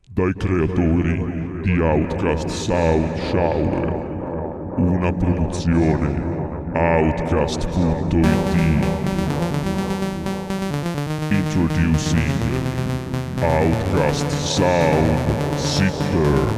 dai creatori di Outcast Sound Shower, una produzione outcast.it. Introducing Outcast Sound Sitter.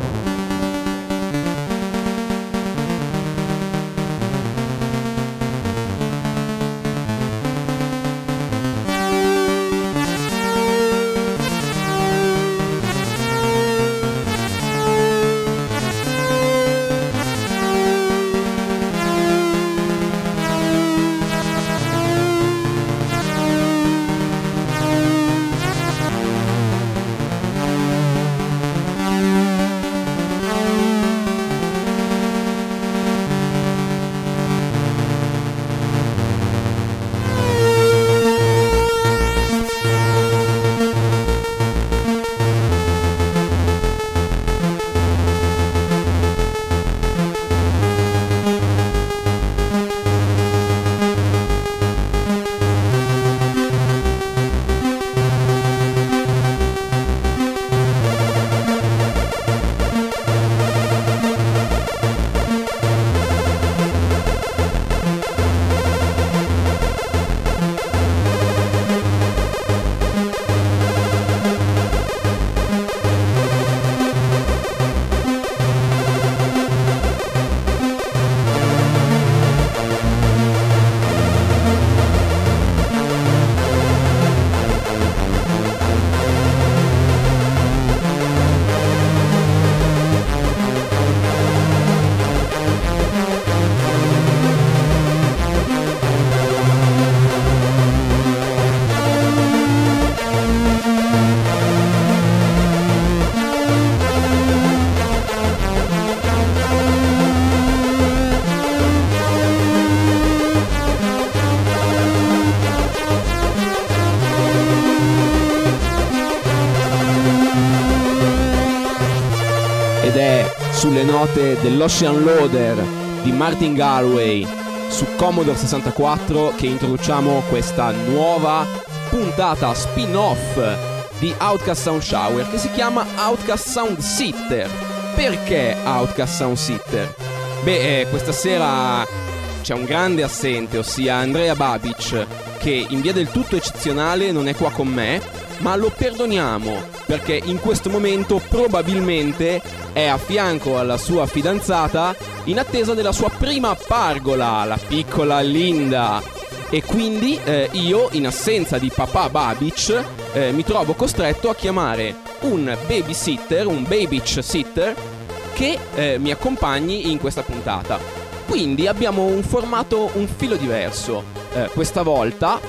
Sulle note dell'Ocean Loader di Martin Galway su Commodore 64 che introduciamo questa nuova puntata spin-off di Outcast Sound Shower che si chiama Outcast Sound Sitter. Perché Outcast Sound Sitter? Questa sera c'è un grande assente, ossia Andrea Babic, che in via del tutto eccezionale non è qua con me, ma lo perdoniamo perché in questo momento probabilmente è a fianco alla sua fidanzata in attesa della sua prima pargola, la piccola Linda. E quindi io, in assenza di papà Babic, mi trovo costretto a chiamare un babysitter, un babic sitter, che mi accompagni in questa puntata. Quindi abbiamo un formato un filo diverso. Questa volta,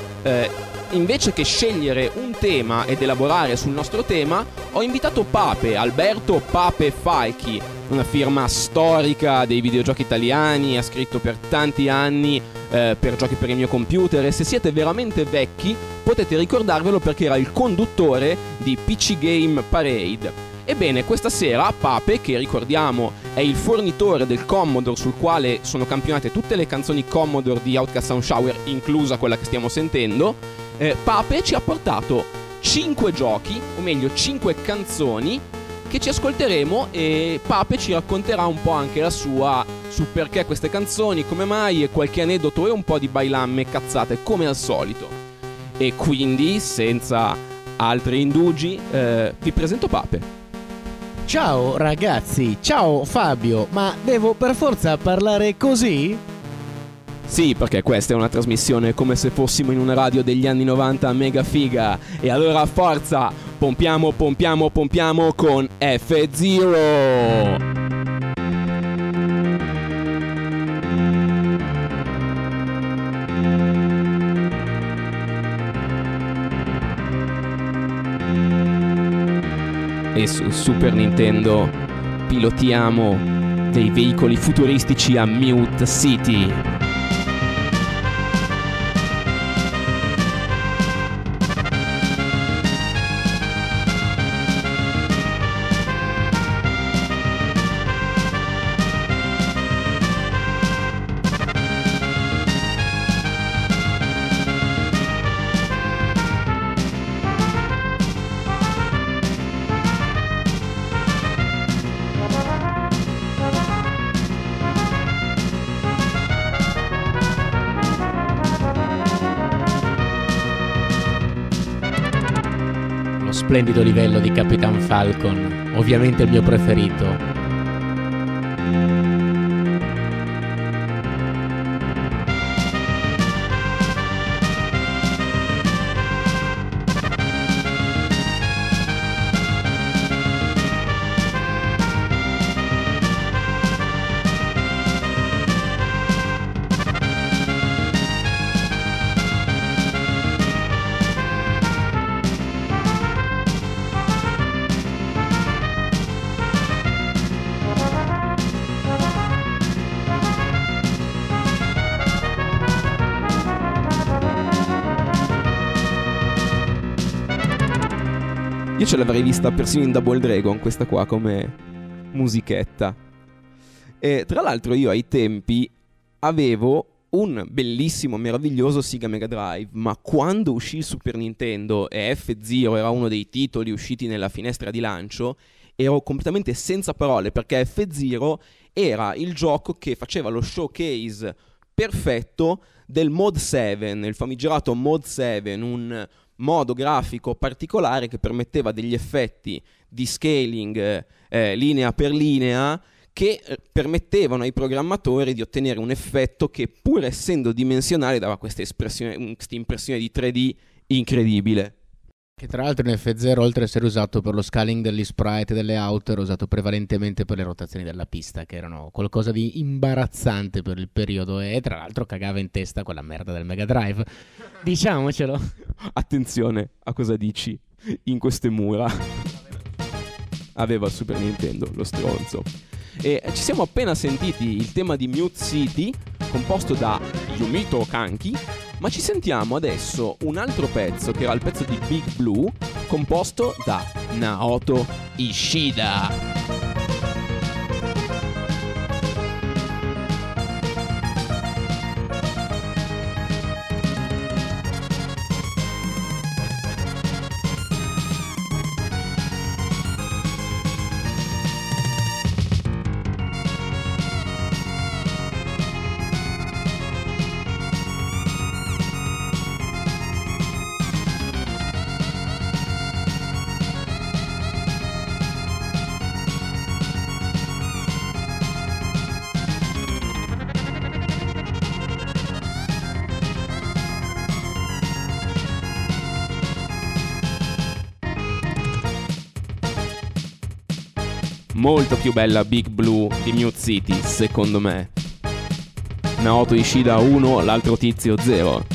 invece che scegliere un tema ed elaborare sul nostro tema, ho invitato Pape, Alberto Pape Falchi, una firma storica dei videogiochi italiani, ha scritto per tanti anni per giochi per il mio computer, e se siete veramente vecchi potete ricordarvelo perché era il conduttore di PC Game Parade. Ebbene, questa sera Pape, che ricordiamo è il fornitore del Commodore sul quale sono campionate tutte le canzoni Commodore di Outcast Sound Shower, inclusa quella che stiamo sentendo, Pape ci ha portato 5 giochi, o meglio 5 canzoni che ci ascolteremo, e Pape ci racconterà un po' anche la sua su perché queste canzoni, come mai, e qualche aneddoto e un po' di bailamme cazzate come al solito. E quindi, senza altri indugi, vi presento Pape. Ciao ragazzi, ciao Fabio, ma devo per forza parlare così? Sì, perché questa è una trasmissione come se fossimo in una radio degli anni 90 mega figa. E allora forza, pompiamo con F-Zero! E su Super Nintendo pilotiamo dei veicoli futuristici a Mute City. splendido livello di Capitan Falcon, ovviamente il mio preferito. Io ce l'avrei vista persino in Double Dragon, questa qua, come musichetta. E tra l'altro io ai tempi avevo un bellissimo, meraviglioso Sega Mega Drive, ma quando uscì il Super Nintendo e F-Zero era uno dei titoli usciti nella finestra di lancio, ero completamente senza parole, perché F-Zero era il gioco che faceva lo showcase perfetto del Mod 7, il famigerato Mod 7, un modo grafico particolare che permetteva degli effetti di scaling linea per linea che permettevano ai programmatori di ottenere un effetto che, pur essendo dimensionale, dava questa impressione di 3D incredibile. Che tra l'altro in F0, oltre a essere usato per lo scaling degli sprite e delle auto, era usato prevalentemente per le rotazioni della pista, che erano qualcosa di imbarazzante per il periodo, e tra l'altro cagava in testa quella merda del Mega Drive. Diciamocelo. Attenzione a cosa dici in queste mura. Aveva il Super Nintendo, lo stronzo. E ci siamo appena sentiti il tema di Mute City, composto da Yumito Kanki, ma ci sentiamo adesso un altro pezzo, che era il pezzo di Big Blue, composto da Naoto Ishida. Molto più bella Big Blue di Mute City, secondo me. Naoto Ishida 1, l'altro tizio 0.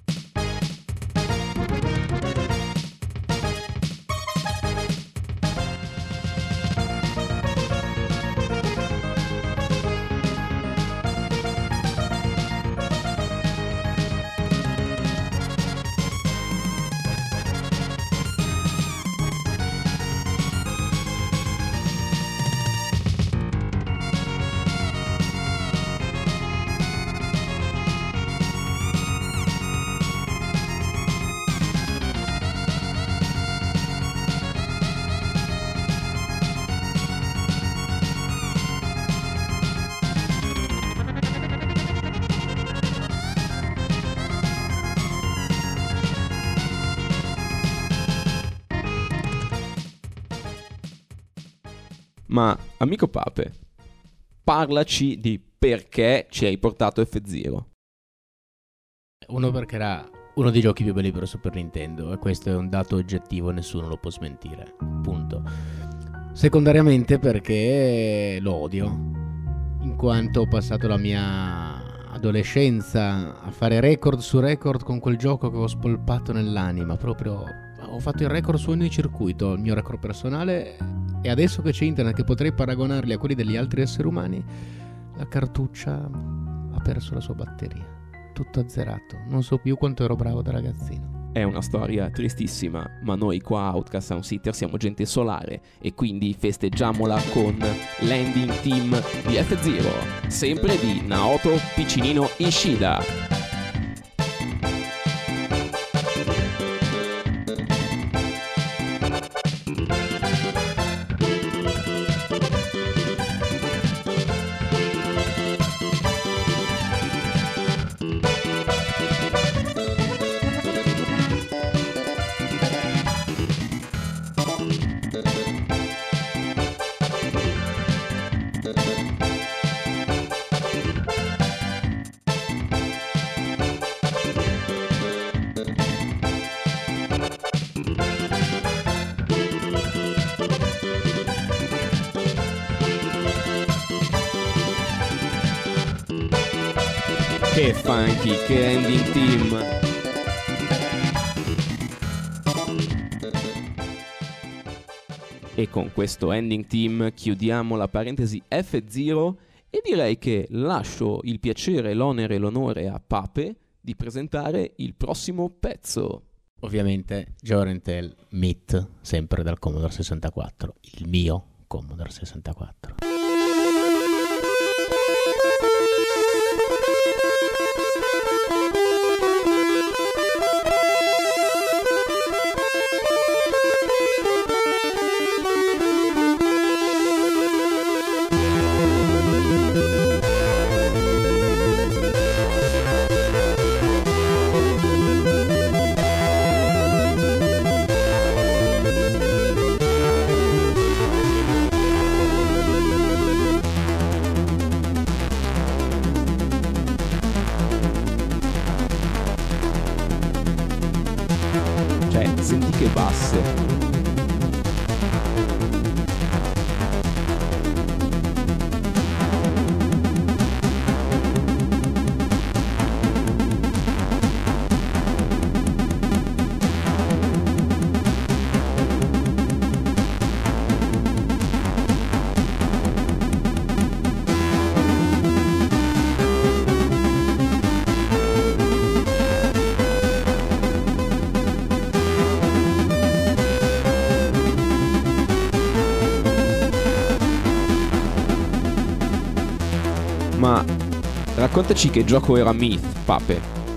Ma, amico Pape, parlaci di perché ci hai portato F-Zero. Uno, perché era uno dei giochi più belli per Super Nintendo, e questo è un dato oggettivo, nessuno lo può smentire, punto. Secondariamente perché lo odio, in quanto ho passato la mia adolescenza a fare record su record con quel gioco che ho spolpato nell'anima. Proprio ho fatto il record su ogni circuito, il mio record personale, e adesso che c'è internet, che potrei paragonarli a quelli degli altri esseri umani, la cartuccia ha perso la sua batteria, tutto azzerato, non so più quanto ero bravo da ragazzino. È una storia tristissima, ma noi qua a Outcast Sound Sitter siamo gente solare e quindi festeggiamola con l'ending team di F-Zero, sempre di Naoto Piccinino Ishida. Che funky, che ending team. E con questo ending team chiudiamo la parentesi F0 e direi che lascio il piacere, l'onere e l'onore a Pape di presentare il prossimo pezzo. Ovviamente Jorentel Meet, sempre dal Commodore 64, il mio Commodore 64. Senti che basse. Ma raccontaci che gioco era Myth, Pape.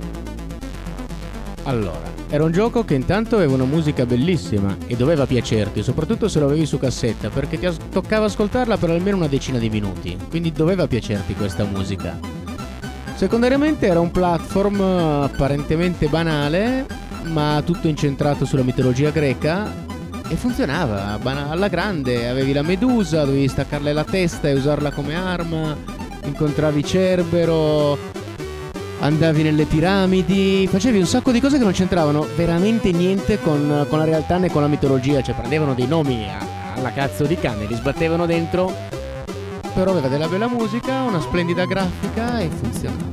Allora, era un gioco che intanto aveva una musica bellissima e doveva piacerti, soprattutto se lo avevi su cassetta, perché toccava ascoltarla per almeno una decina di minuti, quindi doveva piacerti questa musica. Secondariamente era un platform apparentemente banale, ma tutto incentrato sulla mitologia greca e funzionava alla grande. Avevi la medusa, dovevi staccarle la testa e usarla come arma, incontravi Cerbero, andavi nelle piramidi, facevi un sacco di cose che non c'entravano veramente niente con la realtà né con la mitologia. Cioè prendevano dei nomi alla cazzo di cane, li sbattevano dentro, però aveva della bella musica, una splendida grafica e funzionava.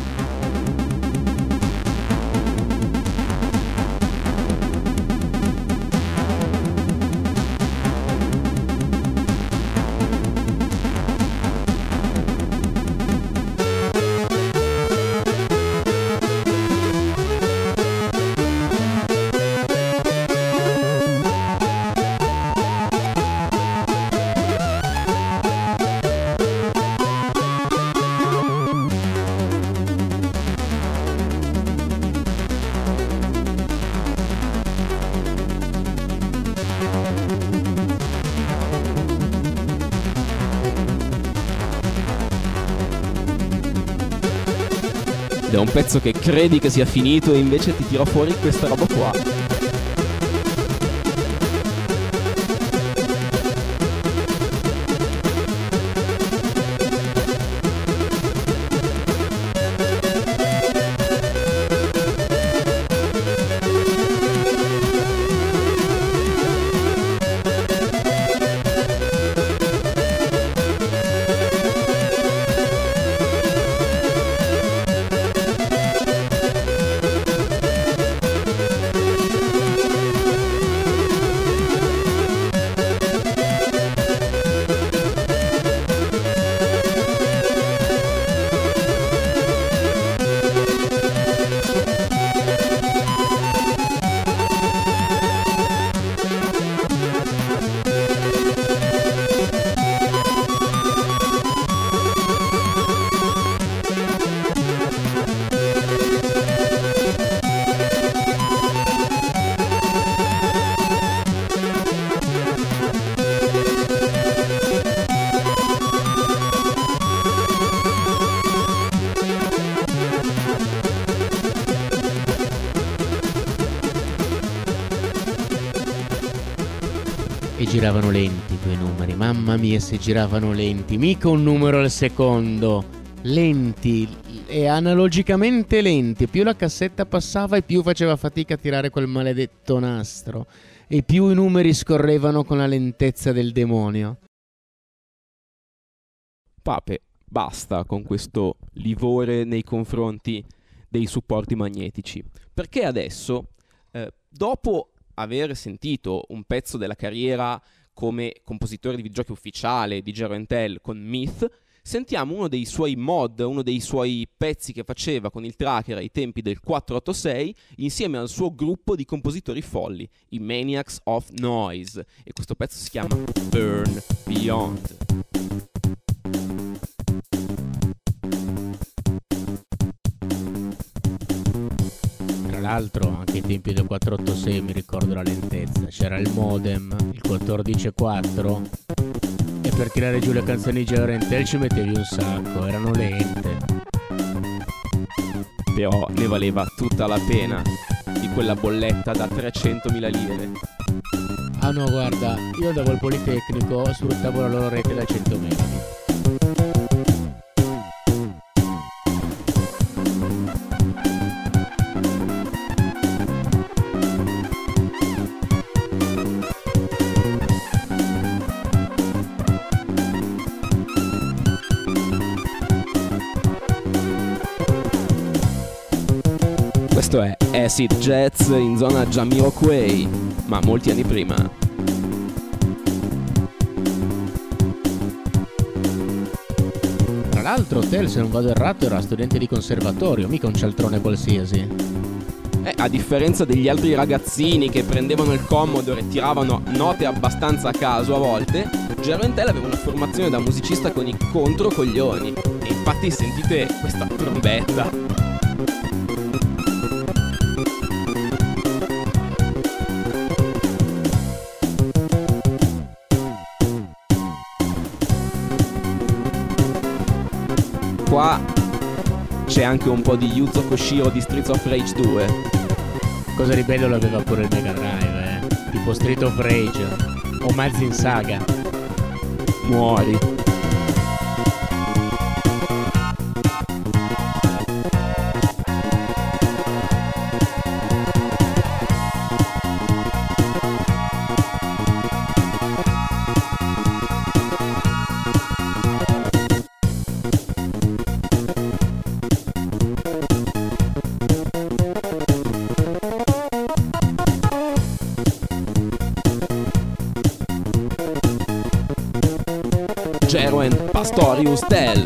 È un pezzo che credi che sia finito e invece ti tira fuori questa roba qua. E giravano lenti quei numeri, mamma mia se giravano lenti, mica un numero al secondo, lenti e analogicamente lenti. Più la cassetta passava e più faceva fatica a tirare quel maledetto nastro e più i numeri scorrevano con la lentezza del demonio. Pape, basta con questo livore nei confronti dei supporti magnetici, perché adesso, dopo aver sentito un pezzo della carriera come compositore di videogiochi ufficiale di Jero Entel con Myth, sentiamo uno dei suoi mod, uno dei suoi pezzi che faceva con il tracker ai tempi del 486 insieme al suo gruppo di compositori folli, i Maniacs of Noise, e questo pezzo si chiama Burn Beyond. Tra l'altro anche ai tempi del 486 mi ricordo la lentezza, c'era il modem, il 14.4, e per tirare giù le canzoni di Jero Entel ci mettevi un sacco, erano lente. Però ne valeva tutta la pena di quella bolletta da 300.000 lire. Ah no, guarda, io andavo al Politecnico, sfruttavo la loro rete da 100 megabit. Questo è Acid Jazz in zona Jamiroquai, ma molti anni prima. Tra l'altro Tel, se non vado errato, era studente di conservatorio, mica un cialtrone qualsiasi. A differenza degli altri ragazzini che prendevano il Commodore e tiravano note abbastanza a caso a volte, Jero Entel aveva una formazione da musicista con i controcoglioni. E infatti sentite questa trombetta. Qua c'è anche un po' di Yuzo Koshiro di Streets of Rage 2. Cosa di bello l'aveva pure il Mega Drive, tipo Street of Rage o Mazin Saga. Muori. Jero and Pastorius Tel.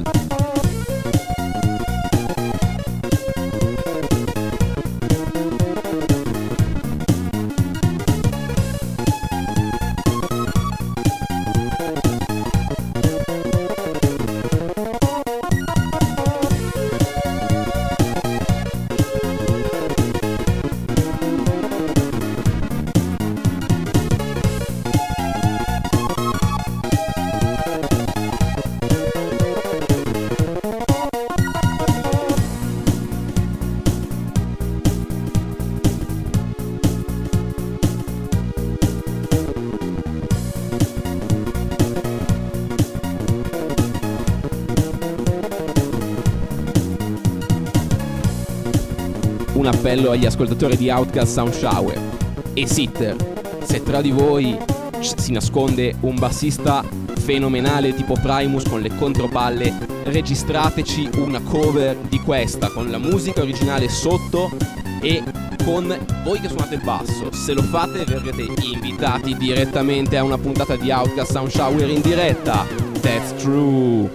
Un appello agli ascoltatori di Outcast Sound Shower e Sitter: se tra di voi si nasconde un bassista fenomenale tipo Primus con le contropalle, registrateci una cover di questa con la musica originale sotto e con voi che suonate il basso. Se lo fate verrete invitati direttamente a una puntata di Outcast Sound Shower in diretta. That's true.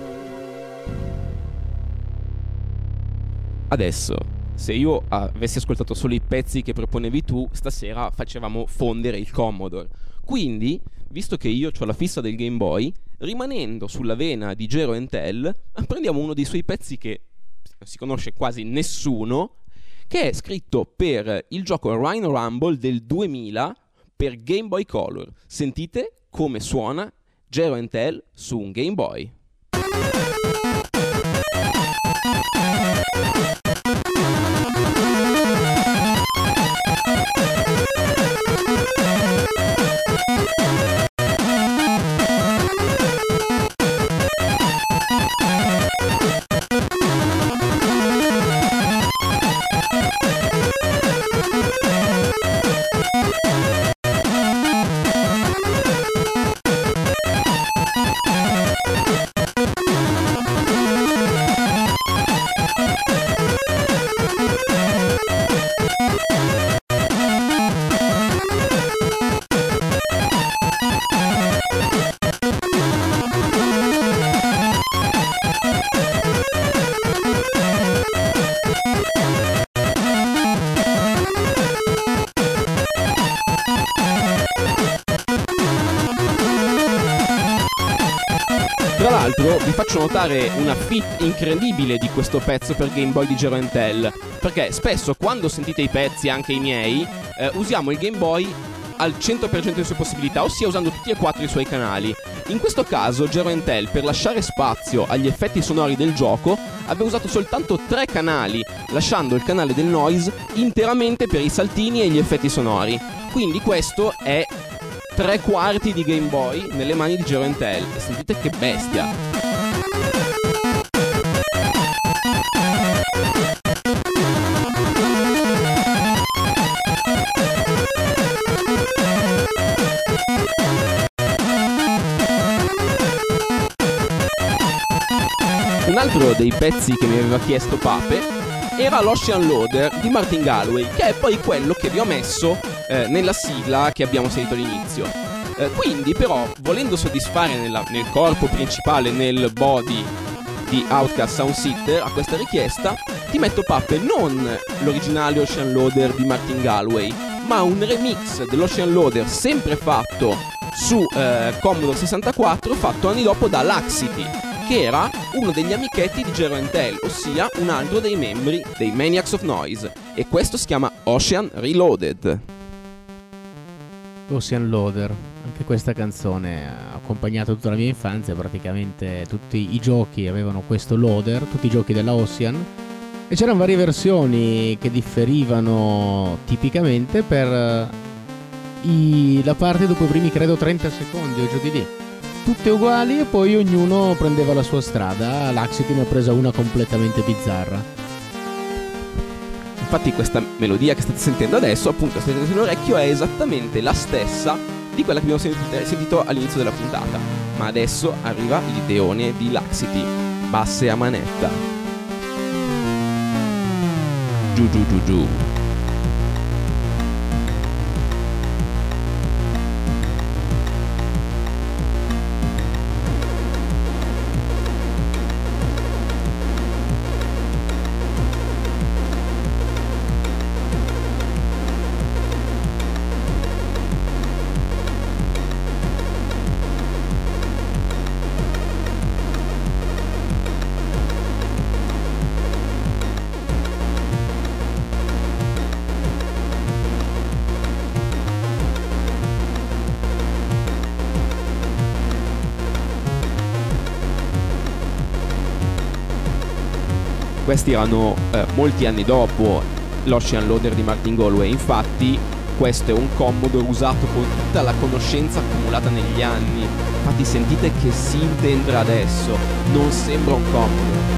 Adesso, se io avessi ascoltato solo i pezzi che proponevi tu, stasera facevamo fondere il Commodore. Quindi, visto che io ho la fissa del Game Boy, rimanendo sulla vena di Jero Entel, prendiamo uno dei suoi pezzi che non si conosce quasi nessuno, che è scritto per il gioco Rhino Rumble del 2000 per Game Boy Color. Sentite come suona Jero Entel su un Game Boy. Tra l'altro vi faccio notare una fit incredibile di questo pezzo per Game Boy di Jero Tell, perché spesso quando sentite i pezzi, anche i miei, usiamo il Game Boy al 100% delle sue possibilità, ossia usando tutti e 4 i suoi canali. In questo caso Jero Tell, per lasciare spazio agli effetti sonori del gioco, aveva usato soltanto 3 canali, lasciando il canale del noise interamente per i saltini e gli effetti sonori. Quindi questo è 3/4 di Game Boy nelle mani di Jero Tell. E sentite che bestia. Un altro dei pezzi che mi aveva chiesto Pape era l'Ocean Loader di Martin Galway, che è poi quello che vi ho messo nella sigla che abbiamo sentito all'inizio. Quindi però, volendo soddisfare nel corpo principale, nel body di Outcast Sound Sitter, a questa richiesta ti metto, Pape, non l'originale Ocean Loader di Martin Galway, ma un remix dell'Ocean Loader sempre fatto su Commodore 64, fatto anni dopo da Laxity, che era uno degli amichetti di Jero Tell, ossia un altro dei membri dei Maniacs of Noise, e questo si chiama Ocean Reloaded. Ocean Loader, anche questa canzone ha accompagnato tutta la mia infanzia. Praticamente tutti i giochi avevano questo loader, tutti i giochi della Ocean, e c'erano varie versioni che differivano tipicamente per la parte dopo i primi, credo, 30 secondi o giù di lì. Tutte uguali, e poi ognuno prendeva la sua strada. Laxity ne ha presa una completamente bizzarra. Infatti questa melodia che state sentendo adesso, appunto, state sentendo nell'orecchio, è esattamente la stessa di quella che abbiamo sentito all'inizio della puntata. Ma adesso arriva l'ideone di Laxity, basse a manetta. Giù giù giù giù. Questi erano molti anni dopo l'Ocean Loader di Martin Galway. Infatti questo è un Commodore usato con tutta la conoscenza accumulata negli anni. Infatti sentite che synth entra adesso, non sembra un Commodore.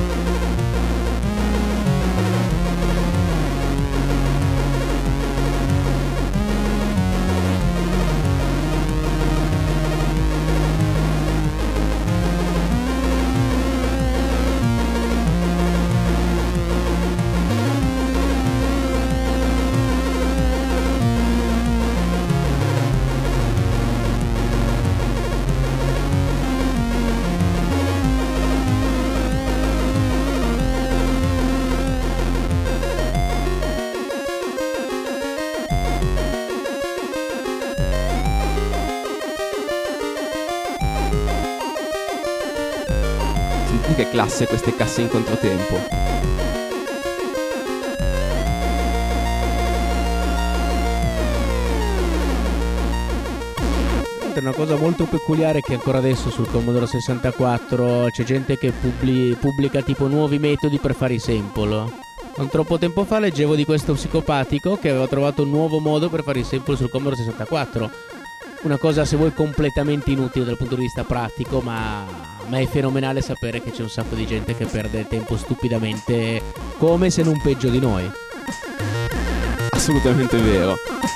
Che classe queste casse in controtempo. È una cosa molto peculiare che ancora adesso sul Commodore 64 c'è gente che pubblica tipo nuovi metodi per fare i sample. Non troppo tempo fa leggevo di questo psicopatico che aveva trovato un nuovo modo per fare i sample sul Commodore 64. Una cosa, se vuoi, completamente inutile dal punto di vista pratico, ma è fenomenale sapere che c'è un sacco di gente che perde tempo stupidamente, come se non peggio di noi. Assolutamente vero.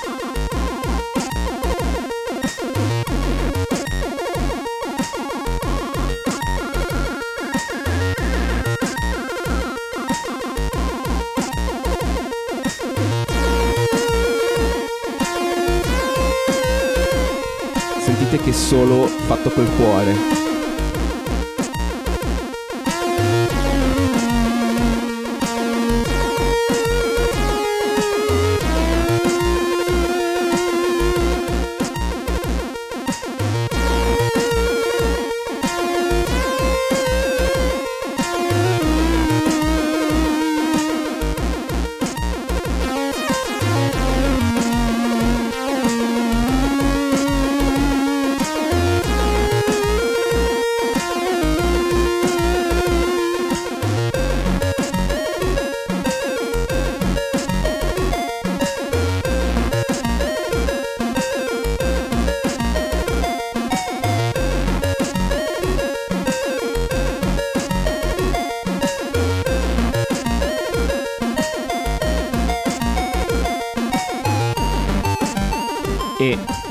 Sentite che solo fatto col cuore.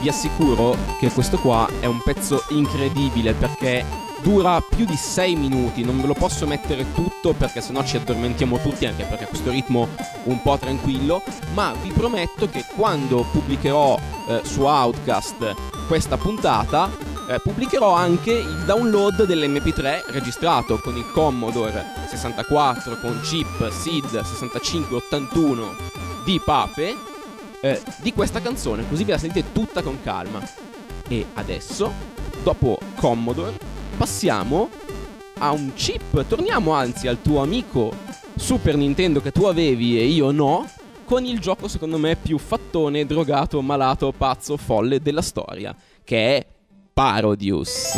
vi assicuro che questo qua è un pezzo incredibile perché dura più di 6 minuti. Non ve lo posso mettere tutto perché sennò ci addormentiamo tutti, anche perché questo ritmo un po' tranquillo, ma vi prometto che quando pubblicherò su Outcast questa puntata pubblicherò anche il download dell'MP3 registrato con il Commodore 64 con chip SID 6581 di Pape di questa canzone, così ve la sentite tutta con calma. E adesso, dopo Commodore, passiamo a un chip, torniamo anzi al tuo amico Super Nintendo che tu avevi e io no, con il gioco secondo me più fattone, drogato, malato, pazzo, folle della storia, che è Parodius.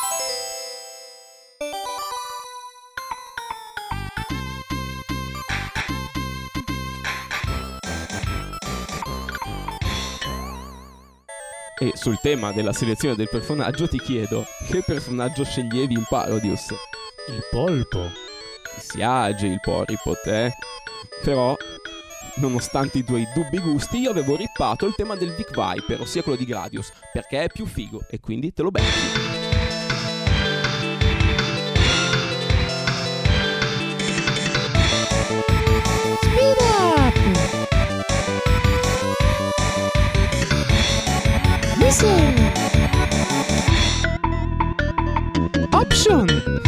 E sul tema della selezione del personaggio ti chiedo, che personaggio sceglievi in Parodius? Il polpo. Si age il Porripot, Però, nonostante i tuoi dubbi gusti, io avevo rippato il tema del Vic Viper, ossia quello di Gradius, perché è più figo e quindi te lo becchi. Speed up! Listen! Option!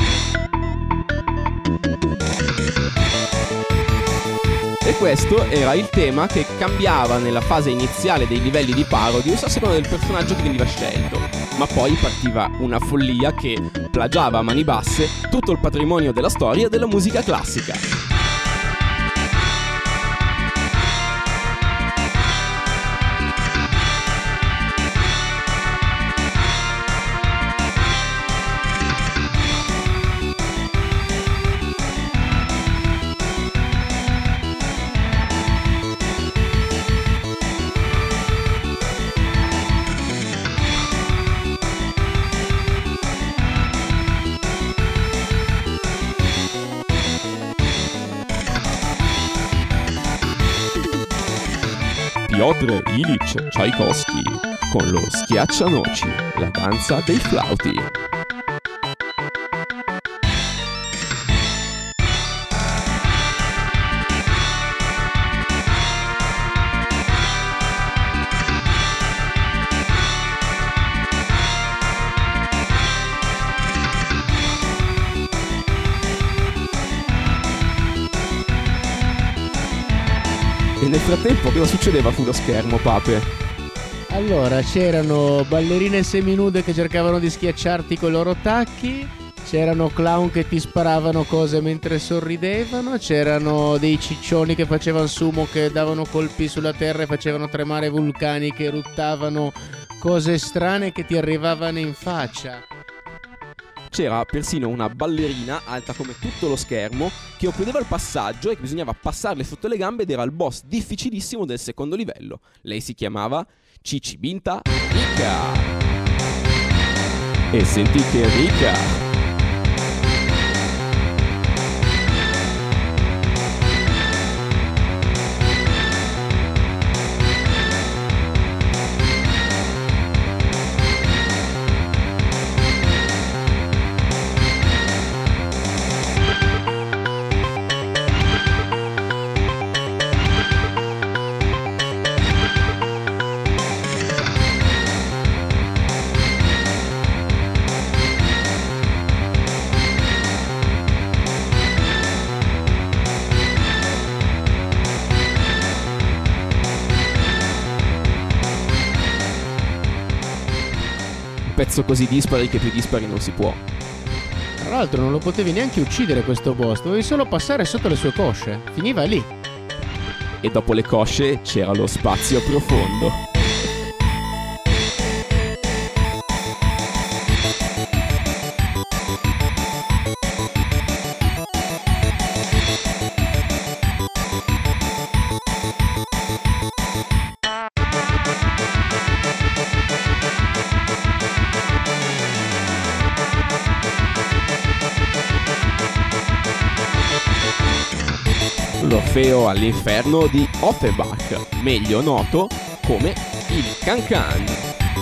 E questo era il tema che cambiava nella fase iniziale dei livelli di Parodius a seconda del personaggio che veniva scelto, ma poi partiva una follia che plagiava a mani basse tutto il patrimonio della storia della musica classica. Piotr Ilyich Tchaikovsky con lo Schiaccianoci, la danza dei flauti. E nel frattempo cosa succedeva sullo schermo, Pape? Allora, c'erano ballerine seminude che cercavano di schiacciarti con i loro tacchi, c'erano clown che ti sparavano cose mentre sorridevano, c'erano dei ciccioni che facevano sumo, che davano colpi sulla terra e facevano tremare vulcani, che eruttavano cose strane che ti arrivavano in faccia. C'era persino una ballerina alta come tutto lo schermo che occludeva il passaggio e che bisognava passarle sotto le gambe ed era il boss difficilissimo del secondo livello. Lei si chiamava Cici Binta Rika. E senti che Rika! Pezzo così dispari che più dispari non si può. Tra l'altro non lo potevi neanche uccidere questo boss, dovevi solo passare sotto le sue cosce, finiva lì. E dopo le cosce c'era lo spazio profondo. L'Orfeo all'inferno di Offenbach, meglio noto come il Can Can.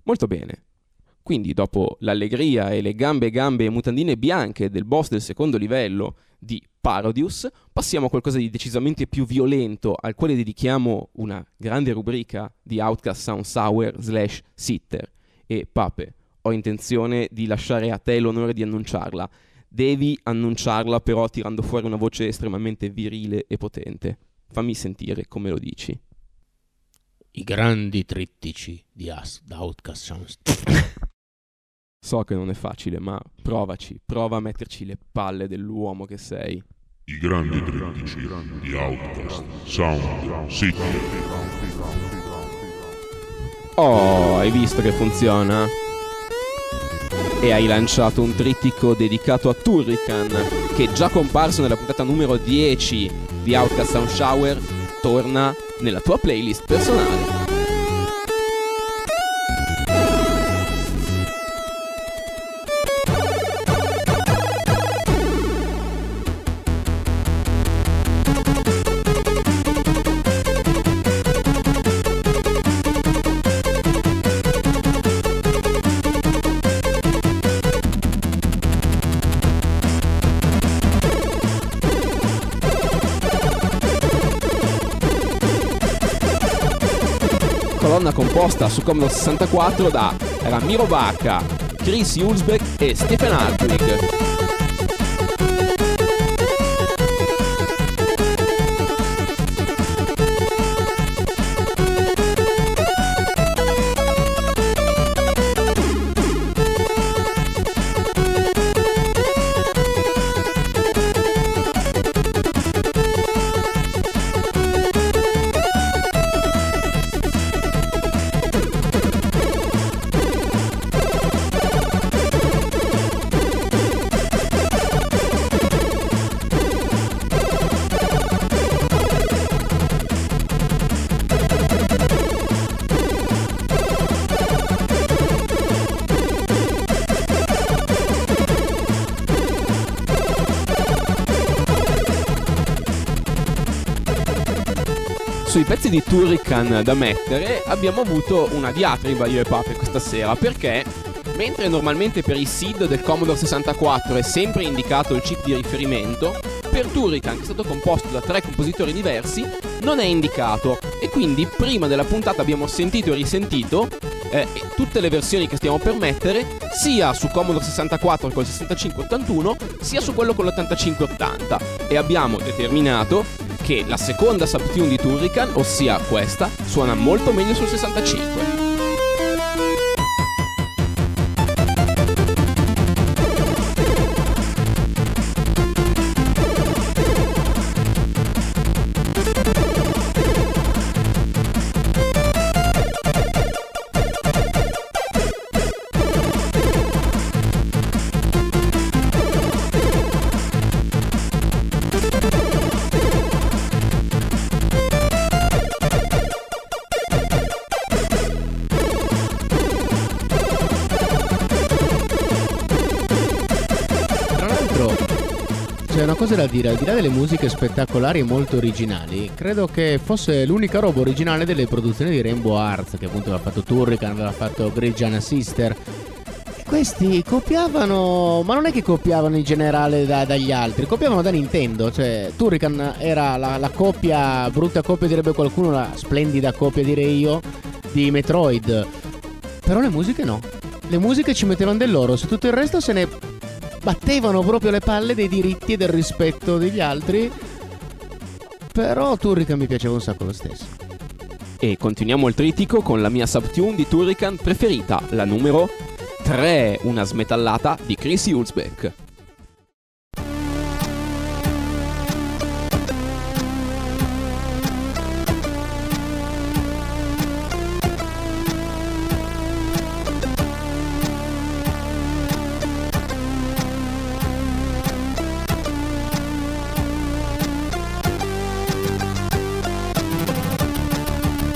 Molto bene. Quindi dopo l'allegria e le gambe e mutandine bianche del boss del secondo livello di Parodius, passiamo a qualcosa di decisamente più violento, al quale dedichiamo una grande rubrica di Outcast Sound Sour / Sitter. E Pape, ho intenzione di lasciare a te l'onore di annunciarla. Devi annunciarla però tirando fuori una voce estremamente virile e potente. Fammi sentire come lo dici. I grandi trittici di Outcast Sound. So che non è facile, ma provaci, prova a metterci le palle dell'uomo che sei. I grandi trittici di Outcast Sound Sitter. Oh, hai visto che funziona? E hai lanciato un trittico dedicato a Turrican, che è già comparso nella puntata numero 10 di Outcast Sound Shower, torna nella tua playlist personale. Colonna composta su Commodore 64 da Ramiro Bacca, Chris Hulsbeck e Stephen Hartwig. Sui pezzi di Turrican da mettere abbiamo avuto una diatriba io e Pape questa sera, perché mentre normalmente per i SID del Commodore 64 è sempre indicato il chip di riferimento, per Turrican, che è stato composto da 3 compositori diversi, non è indicato, e quindi prima della puntata abbiamo sentito e risentito tutte le versioni che stiamo per mettere, sia su Commodore 64 col 6581 sia su quello con l'8580, e abbiamo determinato che la seconda subtune di Turrican, ossia questa, suona molto meglio sul 65. C'è una cosa da dire, al di là delle musiche spettacolari e molto originali, credo che fosse l'unica roba originale delle produzioni di Rainbow Arts, che appunto aveva fatto Turrican, aveva fatto Great Giana Sister. E questi copiavano, ma non è che copiavano in generale dagli altri, copiavano da Nintendo, cioè Turrican era la copia, brutta copia direbbe qualcuno, la splendida copia direi io, di Metroid. Però le musiche no, le musiche ci mettevano del loro, su tutto il resto se ne battevano proprio le palle dei diritti e del rispetto degli altri. Però Turrican mi piaceva un sacco lo stesso. E continuiamo il trittico con la mia subtune di Turrican preferita, la numero 3, una smetallata di Chris Hulsbeck.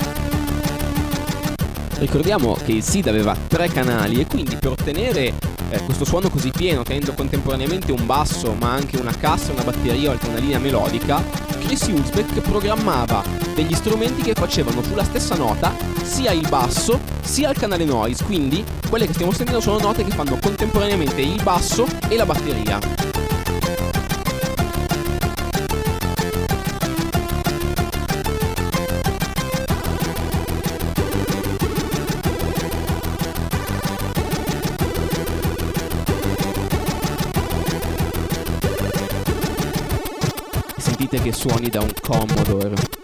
Ricordiamo che il SID aveva 3 canali e quindi per ottenere questo suono così pieno, tenendo contemporaneamente un basso ma anche una cassa, una batteria o anche una linea melodica, Chris Hülsbeck programmava degli strumenti che facevano sulla stessa nota sia il basso sia il canale noise, quindi quelle che stiamo sentendo sono note che fanno contemporaneamente il basso e la batteria. Sentite che suoni da un Commodore.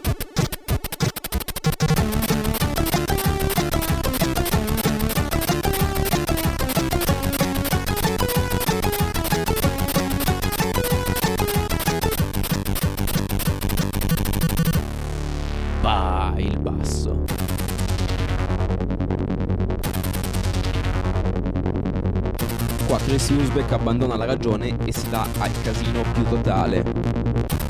Il basso. Qua Chris Hülsbeck abbandona la ragione e si dà al casino più totale.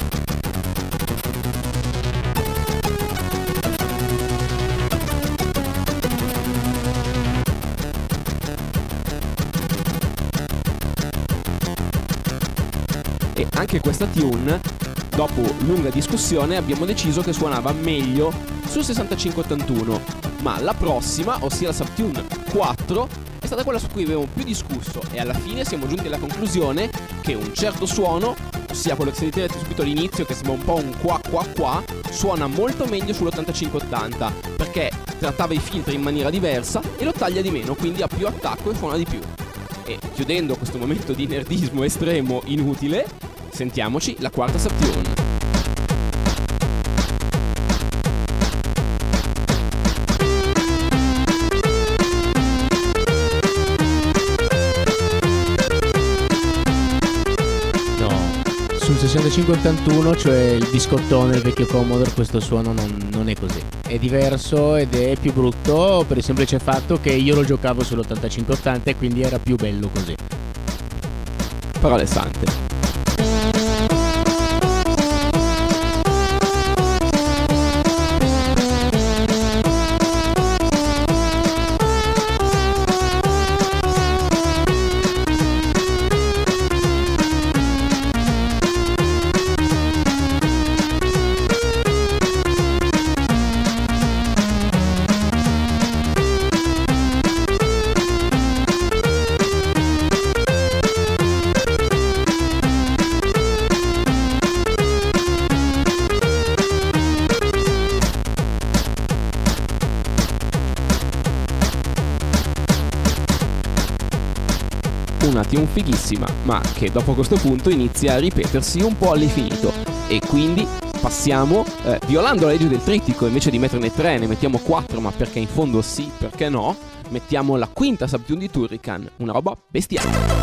E anche questa tune, dopo lunga discussione, abbiamo deciso che suonava meglio sul 6581, ma la prossima, ossia la Subtune 4, è stata quella su cui avevamo più discusso e alla fine siamo giunti alla conclusione che un certo suono, ossia quello che sentirete subito all'inizio, che sembra un po' un qua qua qua, suona molto meglio sull'8580 perché trattava i filtri in maniera diversa e lo taglia di meno, quindi ha più attacco e suona di più. E chiudendo questo momento di nerdismo estremo inutile, sentiamoci la quarta Subtune. Sul 6581, cioè il biscottone del vecchio Commodore, questo suono non è così. È diverso ed è più brutto per il semplice fatto che io lo giocavo sull'8580 e quindi era più bello così. Parole sante. Una tune fighissima, ma che dopo questo punto inizia a ripetersi un po' all'infinito. E quindi passiamo, violando la legge del trittico, invece di metterne 3 ne mettiamo 4, ma perché in fondo sì, perché no, mettiamo la quinta Subtune di Turrican, una roba bestiale.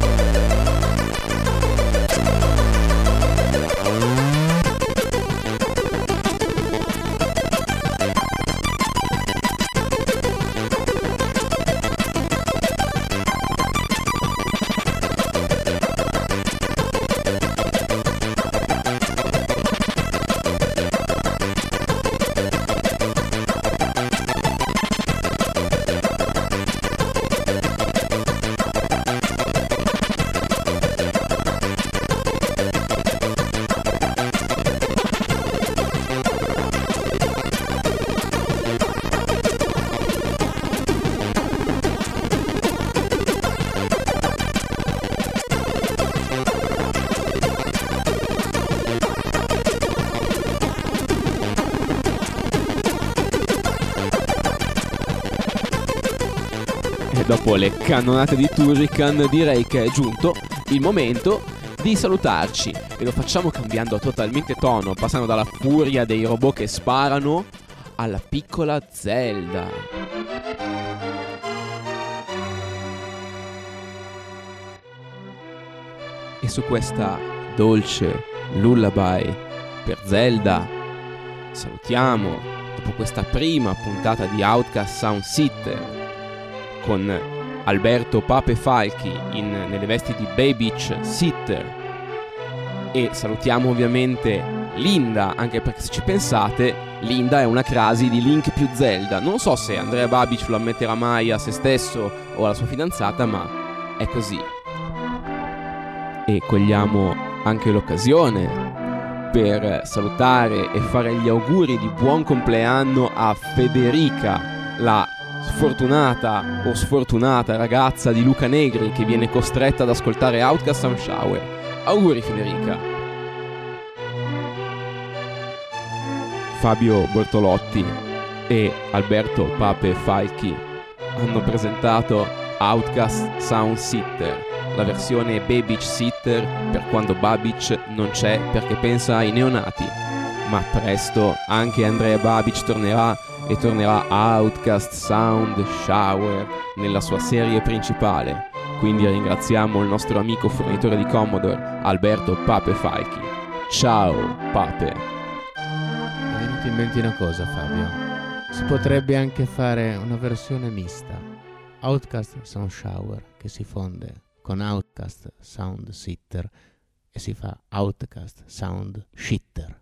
Dopo le cannonate di Turrican direi che è giunto il momento di salutarci e lo facciamo cambiando totalmente tono, passando dalla furia dei robot che sparano alla piccola Zelda. E su questa dolce lullaby per Zelda salutiamo, dopo questa prima puntata di Outcast Sound Sitter con Alberto Pape Falchi nelle vesti di Baybitch Sitter, e salutiamo ovviamente Linda, anche perché se ci pensate Linda è una crasi di Link più Zelda. Non so se Andrea Babic lo ammetterà mai a se stesso o alla sua fidanzata, ma è così. E cogliamo anche l'occasione per salutare e fare gli auguri di buon compleanno a Federica, la sfortunata o sfortunata ragazza di Luca Negri che viene costretta ad ascoltare Outcast Sound Shower. Auguri Federica. Fabio Bortolotti e Alberto Pape Falchi hanno presentato Outcast Sound Sitter, la versione Babic Sitter per quando Babic non c'è perché pensa ai neonati. Ma presto anche Andrea Babic tornerà e tornerà Outcast Sound Shower nella sua serie principale. Quindi ringraziamo il nostro amico fornitore di Commodore, Alberto Pape Falchi. Ciao Pape. Mi è venuta in mente una cosa, Fabio. Si potrebbe anche fare una versione mista. Outcast Sound Shower che si fonde con Outcast Sound Sitter e si fa Outcast Sound Shitter.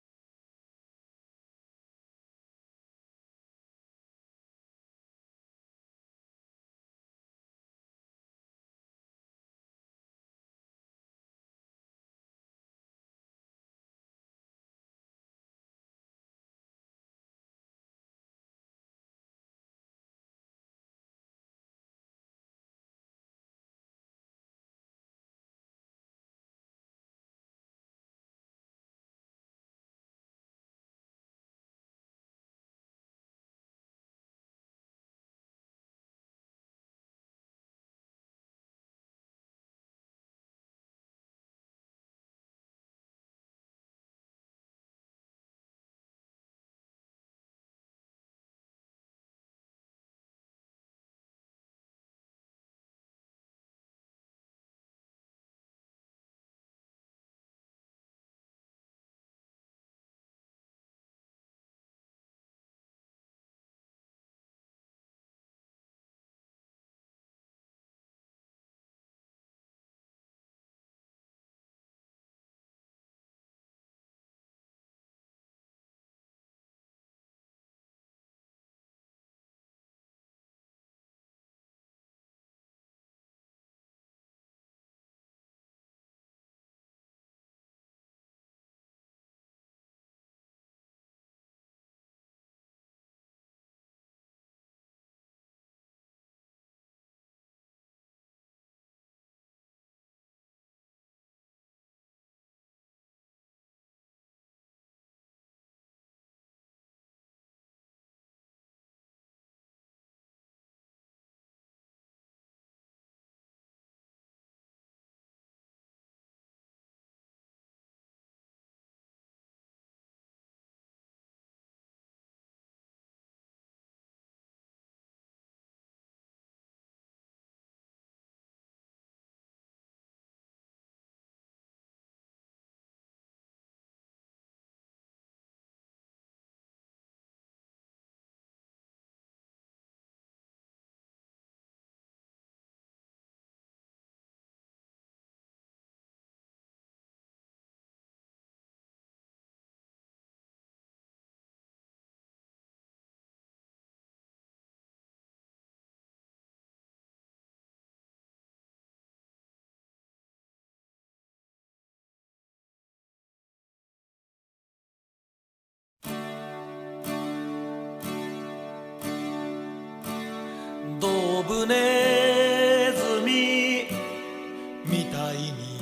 ドブネズミみたいに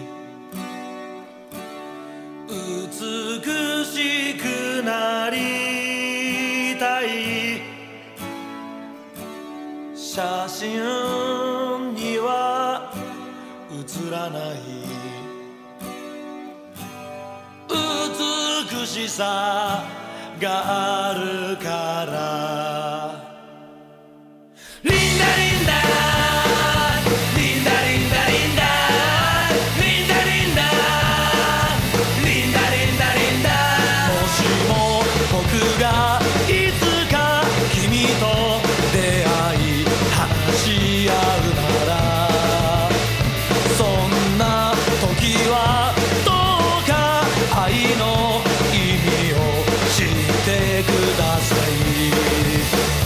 美しくなりたい写真には写らない美しさがあるからリンダリンダリンダリンダリンダリンダリンダリンダリンダリンダもしも僕がいつか君と出会い話し合うならそんな時はどうか愛の意味を知ってください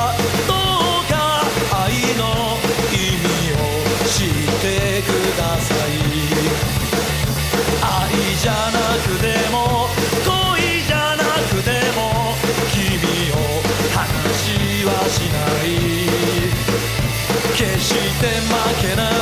どうか愛の意味を知ってください。愛じゃなくても恋じゃなくても君を離しはしない。決して負けない